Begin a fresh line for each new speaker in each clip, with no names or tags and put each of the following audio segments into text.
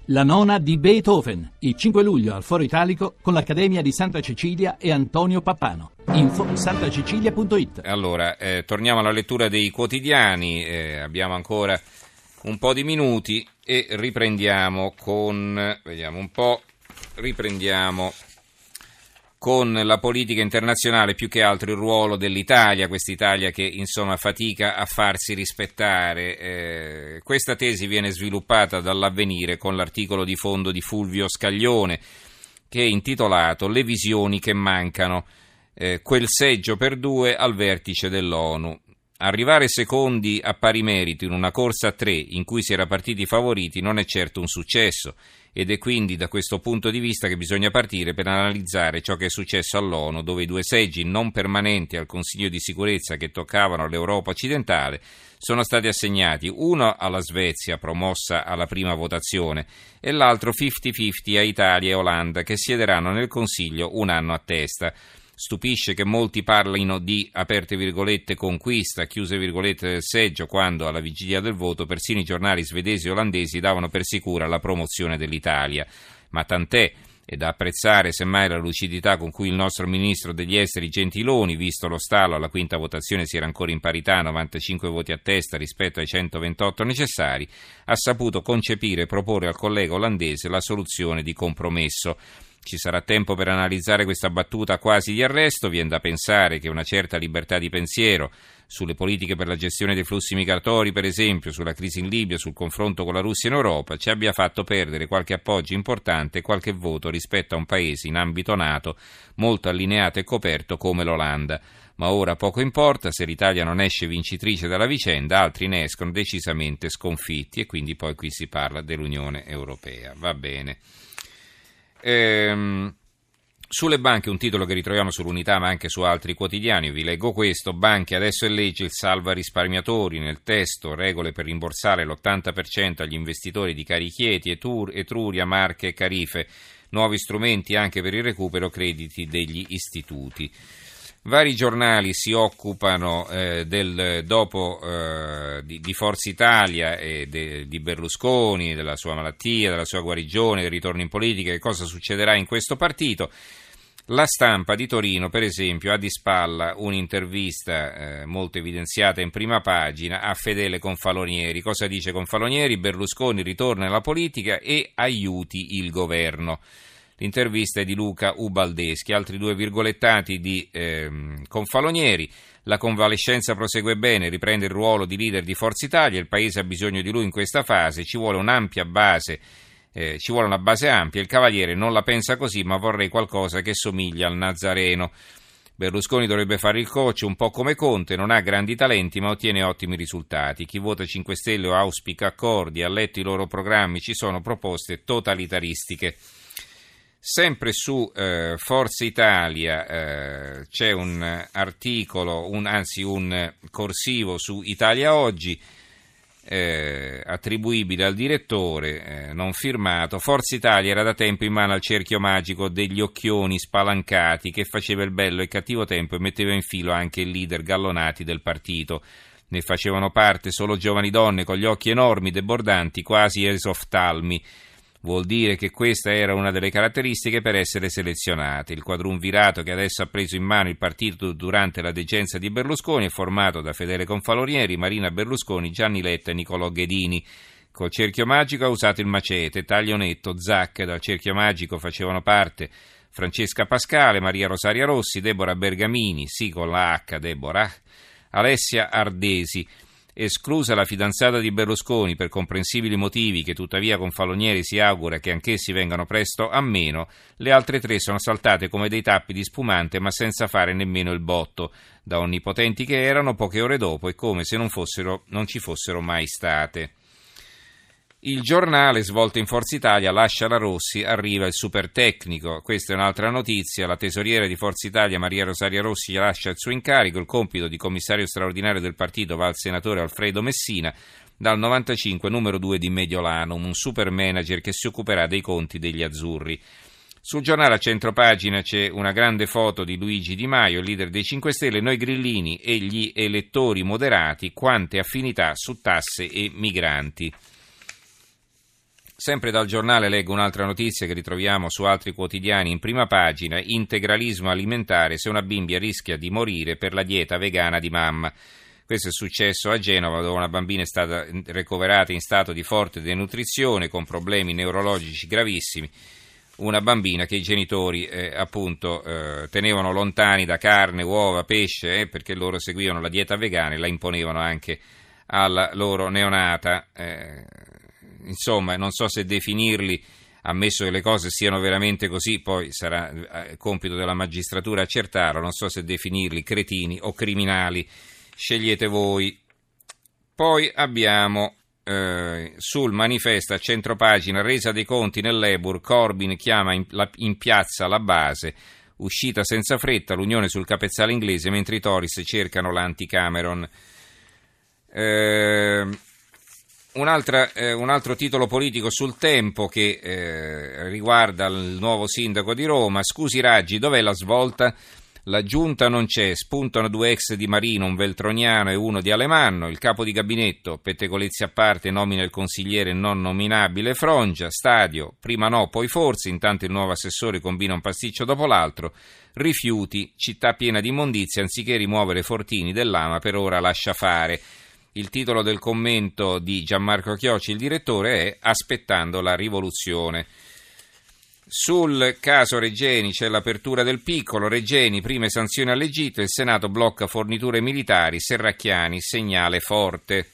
La nona di Beethoven, il 5 luglio al Foro Italico con l'Accademia di Santa Cecilia e Antonio Pappano. Info santacecilia.it.
Allora, torniamo alla lettura dei quotidiani, abbiamo ancora un po' di minuti e riprendiamo con, vediamo un po', con la politica internazionale, più che altro il ruolo dell'Italia, quest'Italia che insomma fatica a farsi rispettare. Questa tesi viene sviluppata dall'Avvenire con l'articolo di fondo di Fulvio Scaglione, che è intitolato Le visioni che mancano, quel seggio per due al vertice dell'ONU. Arrivare secondi a pari merito in una corsa a tre in cui si era partiti favoriti non è certo un successo, ed è quindi da questo punto di vista che bisogna partire per analizzare ciò che è successo all'ONU, dove i due seggi non permanenti al Consiglio di sicurezza che toccavano l'Europa occidentale sono stati assegnati, uno alla Svezia, promossa alla prima votazione, e l'altro 50-50 a Italia e Olanda, che siederanno nel Consiglio un anno a testa. Stupisce che molti parlino di, aperte virgolette, conquista, chiuse virgolette, del seggio, quando alla vigilia del voto persino i giornali svedesi e olandesi davano per sicura la promozione dell'Italia. Ma tant'è, è da apprezzare semmai la lucidità con cui il nostro ministro degli esteri Gentiloni, visto lo stallo alla quinta votazione si era ancora in parità, 95 voti a testa rispetto ai 128 necessari, ha saputo concepire e proporre al collega olandese la soluzione di compromesso. Ci sarà tempo per analizzare questa battuta quasi di arresto. Viene da pensare che una certa libertà di pensiero sulle politiche per la gestione dei flussi migratori, per esempio, sulla crisi in Libia, sul confronto con la Russia in Europa, ci abbia fatto perdere qualche appoggio importante e qualche voto rispetto a un paese in ambito NATO molto allineato e coperto come l'Olanda. Ma ora poco importa, se l'Italia non esce vincitrice dalla vicenda, altri ne escono decisamente sconfitti, e quindi poi qui si parla dell'Unione Europea. Va bene. Sulle banche, un titolo che ritroviamo sull'Unità ma anche su altri quotidiani, vi leggo questo: banche, adesso è legge il salva risparmiatori. Nel testo regole per rimborsare l'80% agli investitori di Carichieti, Etruria, Marche e Carife, nuovi strumenti anche per il recupero crediti degli istituti. Vari giornali si occupano del dopo di Forza Italia e di Berlusconi, della sua malattia, della sua guarigione, del ritorno in politica, che cosa succederà in questo partito. La Stampa di Torino, per esempio, ha di spalla un'intervista molto evidenziata in prima pagina a Fedele Confalonieri. Cosa dice Confalonieri? Berlusconi ritorna alla politica e aiuti il governo. L'intervista è di Luca Ubaldeschi, altri due virgolettati di Confalonieri. La convalescenza prosegue bene, riprende il ruolo di leader di Forza Italia, il paese ha bisogno di lui in questa fase, ci vuole un'ampia base, ci vuole una base ampia, il Cavaliere non la pensa così, ma vorrei qualcosa che somiglia al Nazareno. Berlusconi dovrebbe fare il coach, un po' come Conte, non ha grandi talenti ma ottiene ottimi risultati. Chi vota 5 Stelle o auspica accordi, ha letto i loro programmi, ci sono proposte totalitaristiche. Sempre su Forza Italia c'è un articolo, un corsivo su Italia Oggi, attribuibile al direttore, non firmato. Forza Italia era da tempo in mano al cerchio magico degli occhioni spalancati che faceva il bello e il cattivo tempo e metteva in filo anche il leader Gallonati del partito. Ne facevano parte solo giovani donne con gli occhi enormi, debordanti, quasi esoftalmi. Vuol dire che questa era una delle caratteristiche per essere selezionate. Il quadrumvirato che adesso ha preso in mano il partito durante la degenza di Berlusconi è formato da Fedele Confalonieri, Marina Berlusconi, Gianni Letta e Nicolò Ghedini. Col cerchio magico ha usato il macete, taglio netto, Zac. Dal cerchio magico facevano parte Francesca Pascale, Maria Rosaria Rossi, Deborah Bergamini, sì con la H, Deborah, Alessia Ardesi. Esclusa la fidanzata di Berlusconi per comprensibili motivi che tuttavia Confalonieri si augura che anch'essi vengano presto a meno, le altre tre sono saltate come dei tappi di spumante ma senza fare nemmeno il botto. Da onnipotenti che erano, poche ore dopo è come se non ci fossero mai state. Il Giornale, svolto in Forza Italia, lascia la Rossi, arriva il supertecnico. Questa è un'altra notizia. La tesoriera di Forza Italia, Maria Rosaria Rossi, lascia il suo incarico. Il compito di commissario straordinario del partito va al senatore Alfredo Messina, dal 95 numero 2 di Mediolanum, un super manager che si occuperà dei conti degli azzurri. Sul Giornale a centropagina c'è una grande foto di Luigi Di Maio, il leader dei 5 Stelle, noi grillini e gli elettori moderati, quante affinità su tasse e migranti. Sempre dal giornale leggo un'altra notizia che ritroviamo su altri quotidiani in prima pagina: integralismo alimentare, se una bimba rischia di morire per la dieta vegana di mamma. Questo è successo a Genova, dove una bambina è stata ricoverata in stato di forte denutrizione con problemi neurologici gravissimi. Una bambina che i genitori tenevano lontani da carne, uova, pesce, perché loro seguivano la dieta vegana e la imponevano anche alla loro neonata. Insomma, non so se definirli, ammesso che le cose siano veramente così, poi sarà compito della magistratura accertarlo, non so se definirli cretini o criminali, scegliete voi. Poi abbiamo sul manifesto a centropagina: resa dei conti nell'Ebur, Corbyn chiama in piazza la base, uscita senza fretta l'unione sul capezzale inglese mentre i Tories cercano l'anti-Cameron. Un altro titolo politico sul Tempo che riguarda il nuovo sindaco di Roma. Scusi Raggi, dov'è la svolta? La giunta non c'è, spuntano 2 ex di Marino, un veltroniano e uno di Alemanno. Il capo di gabinetto, pettegolezzi a parte, nomina il consigliere non nominabile Frongia. Stadio, prima no, poi forse. Intanto il nuovo assessore combina un pasticcio dopo l'altro. Rifiuti, città piena di immondizia, anziché rimuovere fortini dell'Ama, per ora lascia fare. Il titolo del commento di Gianmarco Chiocci, il direttore, è Aspettando la rivoluzione. Sul caso Regeni c'è l'apertura del piccolo. Regeni, prime sanzioni all'Egitto, il Senato blocca forniture militari, Serracchiani, segnale forte.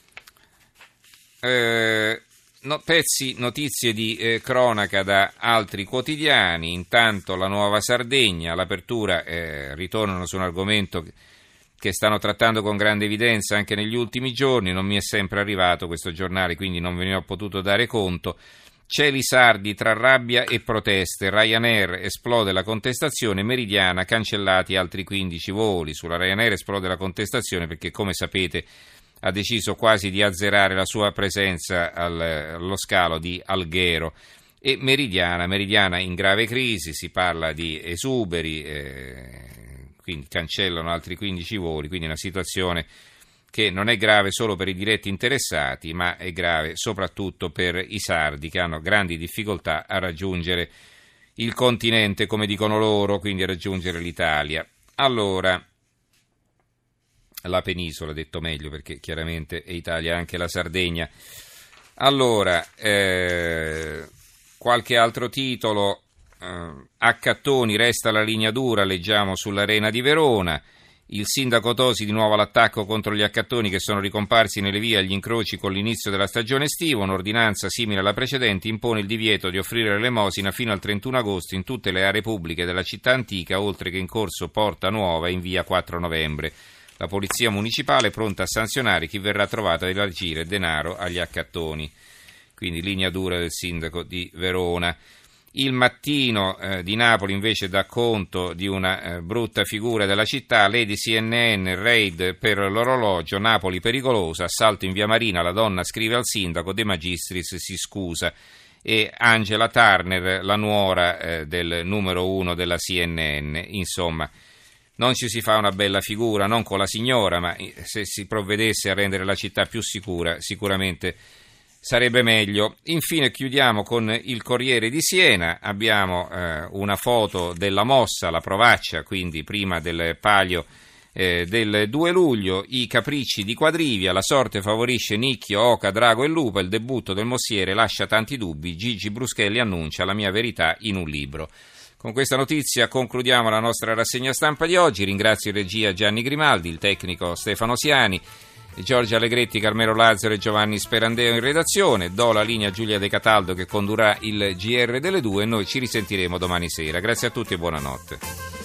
Notizie di cronaca da altri quotidiani. Intanto la Nuova Sardegna, l'apertura, ritornano su un argomento che stanno trattando con grande evidenza anche negli ultimi giorni. Non mi è sempre arrivato questo giornale, quindi non ve ne ho potuto dare conto. Cieli sardi tra rabbia e proteste. Ryanair, esplode la contestazione. Meridiana, cancellati altri 15 voli. Sulla Ryanair esplode la contestazione perché, come sapete, ha deciso quasi di azzerare la sua presenza allo scalo di Alghero. E Meridiana in grave crisi, si parla di esuberi, quindi cancellano altri 15 voli, quindi una situazione che non è grave solo per i diretti interessati, ma è grave soprattutto per i sardi, che hanno grandi difficoltà a raggiungere il continente, come dicono loro, quindi a raggiungere l'Italia. Allora, la penisola, detto meglio, perché chiaramente è Italia anche la Sardegna. Allora, qualche altro titolo. A Cattoni resta la linea dura, leggiamo sull'Arena di Verona. Il sindaco Tosi di nuovo all'attacco contro gli accattoni che sono ricomparsi nelle vie agli incroci con l'inizio della stagione estiva. Un'ordinanza simile alla precedente impone il divieto di offrire l'elemosina fino al 31 agosto in tutte le aree pubbliche della città antica, oltre che in corso Porta Nuova e in via 4 novembre. La polizia municipale è pronta a sanzionare chi verrà trovato ad elargire denaro agli accattoni. Quindi linea dura del sindaco di Verona. Il Mattino di Napoli invece dà conto di una brutta figura della città. Lady CNN, raid per l'orologio, Napoli pericolosa, assalto in via Marina, la donna scrive al sindaco, De Magistris si scusa. E Angela Turner, la nuora del numero 1 della CNN. Insomma, non ci si fa una bella figura, non con la signora, ma se si provvedesse a rendere la città più sicura, sicuramente sarebbe meglio. Infine chiudiamo con il Corriere di Siena. Abbiamo una foto della mossa, la provaccia, quindi prima del palio del 2 luglio, i capricci di Quadrivia, la sorte favorisce Nicchio, Oca, Drago e Lupa, il debutto del Mossiere lascia tanti dubbi, Gigi Bruschelli annuncia la mia verità in un libro. Con questa notizia concludiamo la nostra rassegna stampa di oggi. Ringrazio in regia Gianni Grimaldi, il tecnico Stefano Siani, Giorgio Allegretti, Carmelo Lazzaro e Giovanni Sperandeo in redazione. Do la linea a Giulia De Cataldo che condurrà il GR delle 2 e noi ci risentiremo domani sera. Grazie a tutti e buonanotte.